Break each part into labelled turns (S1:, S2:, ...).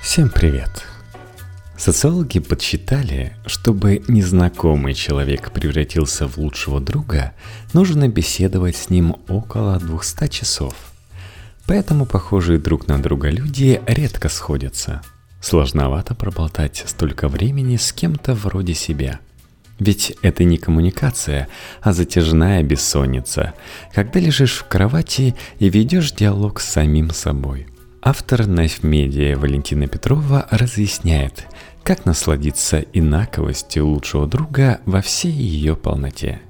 S1: Всем привет! Социологи подсчитали, чтобы незнакомый человек превратился в лучшего друга, нужно беседовать с ним около 200 часов. Поэтому похожие друг на друга люди редко сходятся. Сложновато проболтать столько времени с кем-то вроде себя. Ведь это не коммуникация, а затяжная бессонница, когда лежишь в кровати и ведешь диалог с самим собой. Автор Knife Media Валентина Петрова разъясняет, как насладиться инаковостью лучшего друга во всей ее полноте.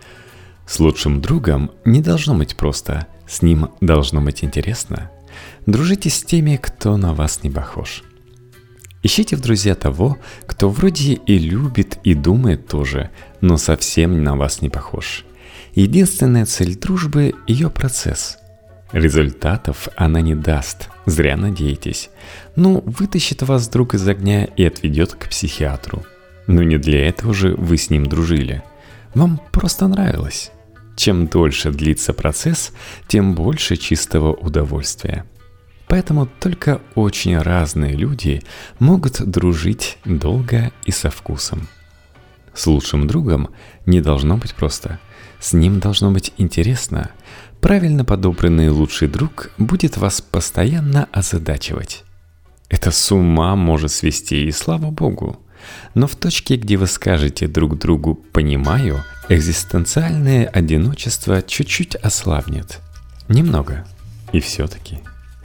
S1: С лучшим другом не должно быть просто, с ним должно быть интересно. Дружите с теми, кто на вас не похож. Ищите в друзья того, кто вроде и любит, и думает тоже, но совсем на вас не похож. Единственная цель дружбы – ее процесс. Результатов она не даст, зря надеетесь. Вытащит вас друг из огня и отведет к психиатру. Но не для этого же вы с ним дружили. Вам просто нравилось. Чем дольше длится процесс, тем больше чистого удовольствия. Поэтому только очень разные люди могут дружить долго и со вкусом. С лучшим другом не должно быть просто. С ним должно быть интересно. Правильно подобранный лучший друг будет вас постоянно озадачивать. Это с ума может свести, и слава богу. Но в точке, где вы скажете друг другу «понимаю», экзистенциальное одиночество чуть-чуть ослабнет. Немного. И все-таки.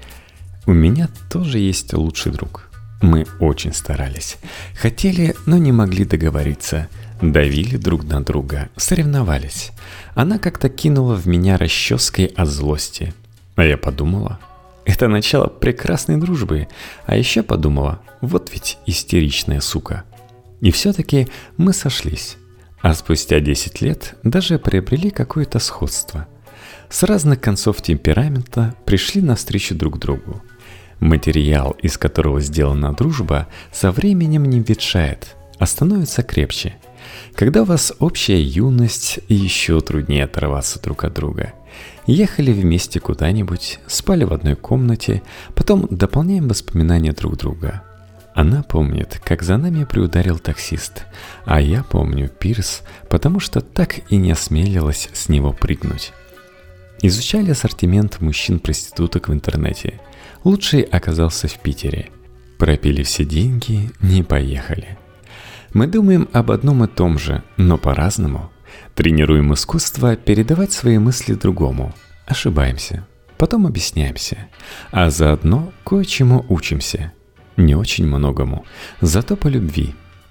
S1: У меня тоже есть лучший друг. Мы очень старались. Хотели, но не могли договориться. Давили друг на друга, соревновались. Она как-то кинула в меня расческой от злости. А я подумала, это начало прекрасной дружбы. А еще подумала, вот ведь истеричная сука. И все-таки мы сошлись. А спустя 10 лет даже приобрели какое-то сходство. С разных концов темперамента пришли навстречу друг другу. Материал, из которого сделана дружба, со временем не ветшает, а становится крепче. Когда у вас общая юность, еще труднее оторваться друг от друга. Ехали вместе куда-нибудь, спали в одной комнате, потом дополняем воспоминания друг друга. Она помнит, как за нами приударил таксист, а я помню пирс, потому что так и не осмелилась с него прыгнуть. Изучали ассортимент мужчин-проституток в интернете. Лучший оказался в Питере. Пропили все деньги, не поехали. Мы думаем об одном и том же, но по-разному. Тренируем искусство передавать свои мысли другому. Ошибаемся, потом объясняемся. А заодно кое-чему учимся. Не очень многому, зато по любви.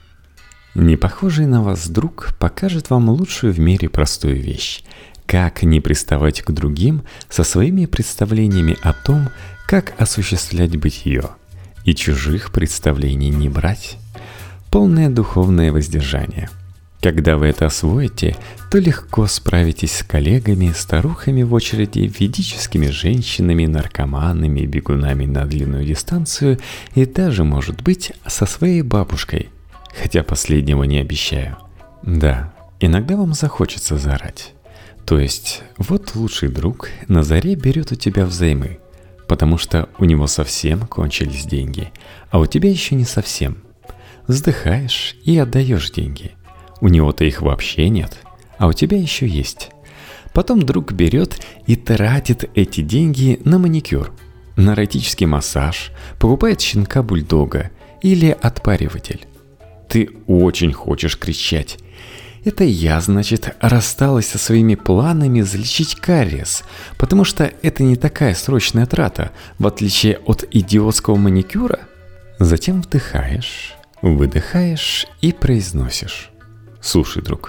S1: Непохожий на вас друг покажет вам лучшую в мире простую вещь. Как не приставать к другим со своими представлениями о том, как осуществлять бытие. И чужих представлений не брать. Полное духовное воздержание. Когда вы это освоите, то легко справитесь с коллегами, старухами в очереди, ведическими женщинами, наркоманами, бегунами на длинную дистанцию и даже, может быть, со своей бабушкой. Хотя последнего не обещаю. Да, иногда вам захочется заорать. То есть, вот лучший друг на заре берет у тебя взаймы, потому что у него совсем кончились деньги, а у тебя еще не совсем. Вздыхаешь и отдаешь деньги. У него-то их вообще нет, а у тебя еще есть. Потом друг берет и тратит эти деньги на маникюр, на эротический массаж, покупает щенка-бульдога или отпариватель. Ты очень хочешь кричать. Это я, значит, рассталась со своими планами залечить кариес, потому что это не такая срочная трата, в отличие от идиотского маникюра. Затем вдыхаешь, выдыхаешь и произносишь. Слушай, друг,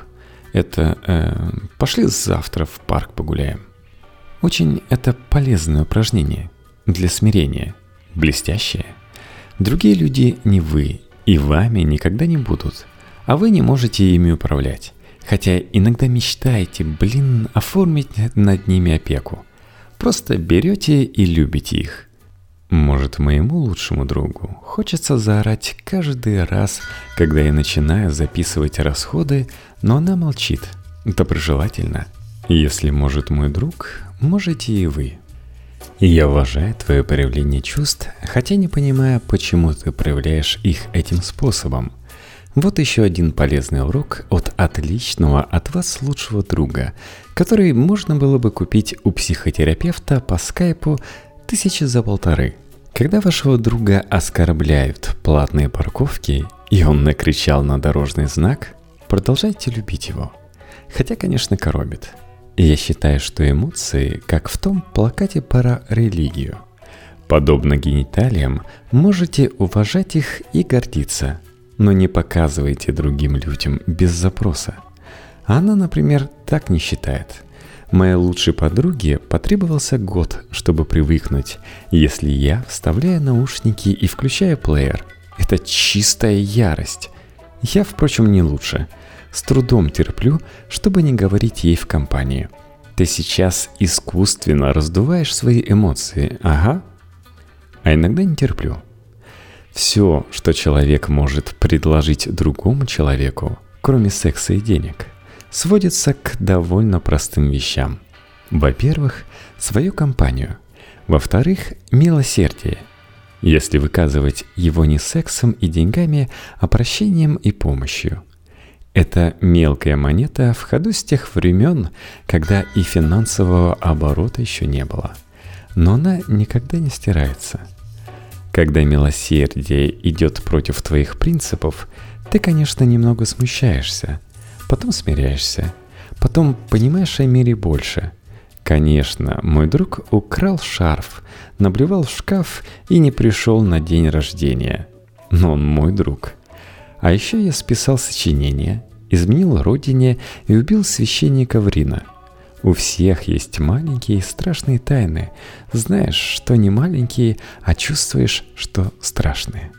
S1: пошли завтра в парк погуляем. Очень это полезное упражнение для смирения, блестящее. Другие люди не вы, и вами никогда не будут, а вы не можете ими управлять. Хотя иногда мечтаете, оформить над ними опеку. Просто берете и любите их. Может, моему лучшему другу хочется заорать каждый раз, когда я начинаю записывать расходы, но она молчит, доброжелательно. Если может мой друг, можете и вы. И я уважаю твое проявление чувств, хотя не понимаю, почему ты проявляешь их этим способом. Вот еще один полезный урок от отличного от вас лучшего друга, который можно было бы купить у психотерапевта по скайпу 1000 за 1,5. Когда вашего друга оскорбляют платные парковки, и он накричал на дорожный знак, продолжайте любить его. Хотя, конечно, коробит. Я считаю, что эмоции, как в том плакате про религию. Подобно гениталиям, можете уважать их и гордиться, но не показывайте другим людям без запроса. Она, например, так не считает. Моей лучшей подруге потребовался год, чтобы привыкнуть, если я вставляю наушники и включаю плеер. Это чистая ярость. Я, впрочем, не лучше. С трудом терплю, чтобы не говорить ей в компании. Ты сейчас искусственно раздуваешь свои эмоции, ага. А иногда не терплю. Все, что человек может предложить другому человеку, кроме секса и денег, сводится к довольно простым вещам. Во-первых, свою компанию. Во-вторых, милосердие. Если выказывать его не сексом и деньгами, а прощением и помощью. Это мелкая монета в ходу с тех времен, когда и финансового оборота еще не было. Но она никогда не стирается. Когда милосердие идет против твоих принципов, ты, конечно, немного смущаешься, потом смиряешься, потом понимаешь о мире больше. Конечно, мой друг украл шарф, наблевал в шкаф и не пришел на день рождения. Но он мой друг. А еще я списал сочинение, изменил родине и убил священника Врина. У всех есть маленькие страшные тайны. Знаешь, что не маленькие, а чувствуешь, что страшные.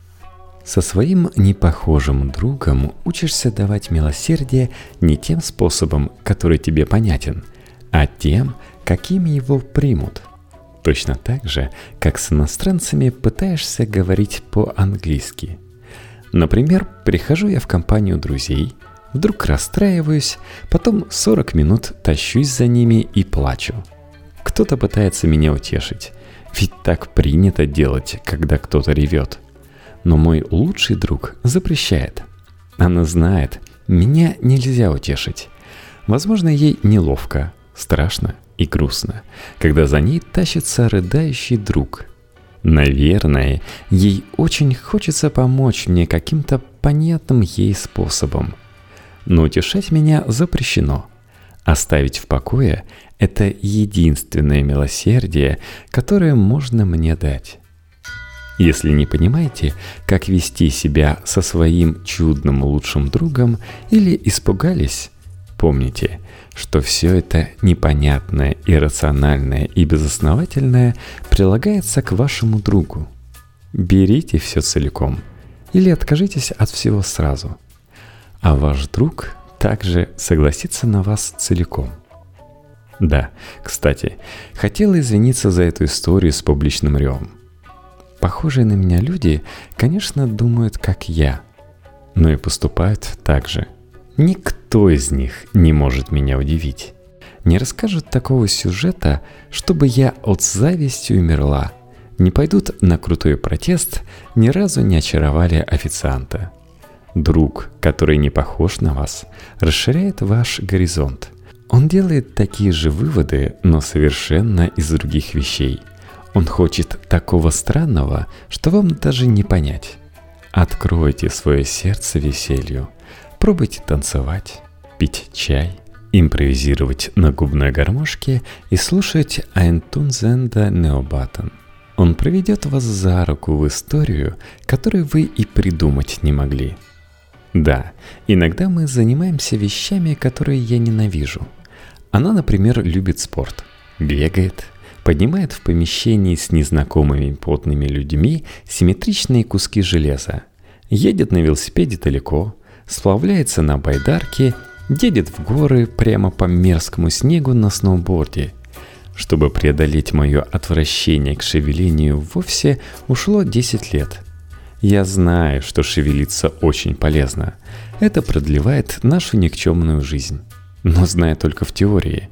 S1: Со своим непохожим другом учишься давать милосердие не тем способом, который тебе понятен, а тем, каким его примут. Точно так же, как с иностранцами пытаешься говорить по-английски. Например, прихожу я в компанию друзей, вдруг расстраиваюсь, потом 40 минут тащусь за ними и плачу. Кто-то пытается меня утешить, ведь так принято делать, когда кто-то ревет. Но мой лучший друг запрещает. Она знает, меня нельзя утешить. Возможно, ей неловко, страшно и грустно, когда за ней тащится рыдающий друг. Наверное, ей очень хочется помочь мне каким-то понятным ей способом. Но утешать меня запрещено. Оставить в покое – это единственное милосердие, которое можно мне дать. Если не понимаете, как вести себя со своим чудным лучшим другом или испугались, помните, что все это непонятное, иррациональное и безосновательное прилагается к вашему другу. Берите все целиком или откажитесь от всего сразу. А ваш друг также согласится на вас целиком. Да, кстати, хотела извиниться за эту историю с публичным ревом. Похожие на меня люди, конечно, думают, как я, но и поступают так же. Никто из них не может меня удивить. Не расскажут такого сюжета, чтобы я от зависти умерла. Не пойдут на крутой протест, ни разу не очаровали официанта. Друг, который не похож на вас, расширяет ваш горизонт. Он делает такие же выводы, но совершенно из других вещей. Он хочет такого странного, что вам даже не понять. Откройте свое сердце веселью. Пробуйте танцевать, пить чай, импровизировать на губной гармошке и слушать «Ein Tunzender Neobaten». Он проведет вас за руку в историю, которую вы и придумать не могли. Да, иногда мы занимаемся вещами, которые я ненавижу. Она, например, любит спорт, бегает, поднимает в помещении с незнакомыми потными людьми симметричные куски железа, едет на велосипеде далеко, сплавляется на байдарке, едет в горы прямо по мерзкому снегу на сноуборде. Чтобы преодолеть мое отвращение к шевелению вовсе, ушло 10 лет. Я знаю, что шевелиться очень полезно. Это продлевает нашу никчемную жизнь. Но знаю только в теории.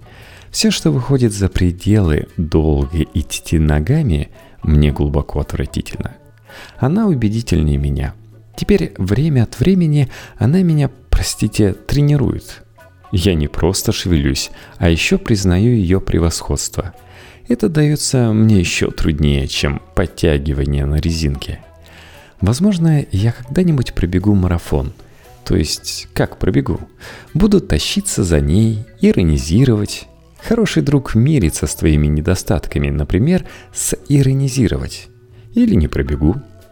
S1: Все, что выходит за пределы долго идти ногами, мне глубоко отвратительно. Она убедительнее меня. Теперь время от времени она меня, тренирует. Я не просто шевелюсь, а еще признаю ее превосходство. Это дается мне еще труднее, чем подтягивание на резинке. Возможно, я когда-нибудь пробегу марафон. То есть, как пробегу? Буду тащиться за ней, иронизировать. Хороший друг мирится с твоими недостатками, например, иронизировать. Или не пробегу.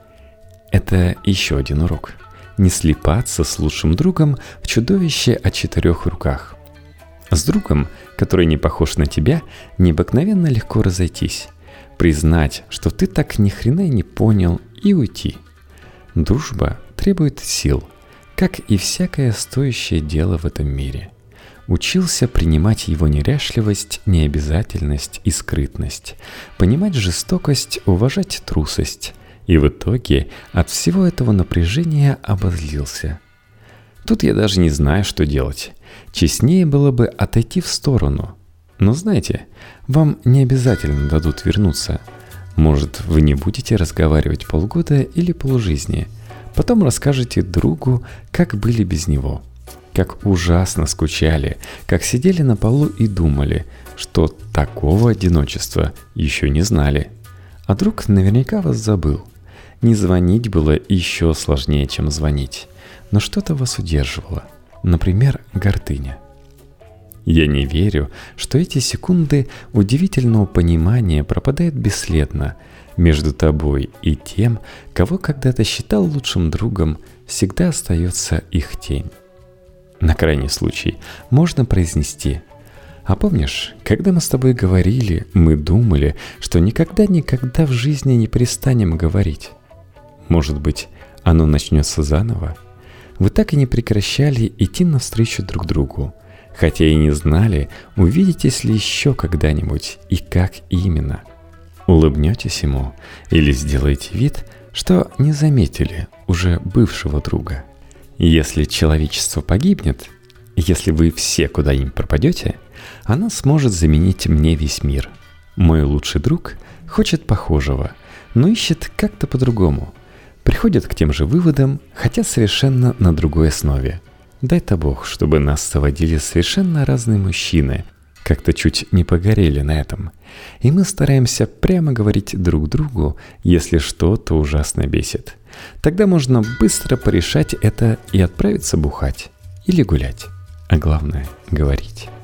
S1: Это еще один урок. Не слипаться с лучшим другом в чудовище о 4 руках. С другом, который не похож на тебя, необыкновенно легко разойтись. Признать, что ты так ни хрена и не понял, и уйти. Дружба требует сил, как и всякое стоящее дело в этом мире. Учился принимать его неряшливость, необязательность и скрытность, понимать жестокость, уважать трусость. И в итоге от всего этого напряжения обозлился. Тут я даже не знаю, что делать. Честнее было бы отойти в сторону. Но знаете, вам не обязательно дадут вернуться. Может, вы не будете разговаривать полгода или полжизни. Потом расскажете другу, как были без него. Как ужасно скучали, как сидели на полу и думали, что такого одиночества еще не знали. А друг наверняка вас забыл. Не звонить было еще сложнее, чем звонить. Но что-то вас удерживало. Например, гордыня. Я не верю, что эти секунды удивительного понимания пропадают бесследно. Между тобой и тем, кого когда-то считал лучшим другом, всегда остается их тень. На крайний случай можно произнести: «А помнишь, когда мы с тобой говорили, мы думали, что никогда в жизни не перестанем говорить? Может быть, оно начнется заново? Вы так и не прекращали идти навстречу друг другу, хотя и не знали, увидитесь ли еще когда-нибудь и как именно. Улыбнетесь ему или сделаете вид, что не заметили уже бывшего друга. Если человечество погибнет, если вы все куда-нибудь пропадете, она сможет заменить мне весь мир. Мой лучший друг хочет похожего, но ищет как-то по-другому. Приходит к тем же выводам, хотя совершенно на другой основе. Дай-то Бог, чтобы нас соводили совершенно разные мужчины, как-то чуть не погорели на этом. И мы стараемся прямо говорить друг другу, если что-то ужасно бесит. Тогда можно быстро порешать это и отправиться бухать или гулять. А главное — говорить.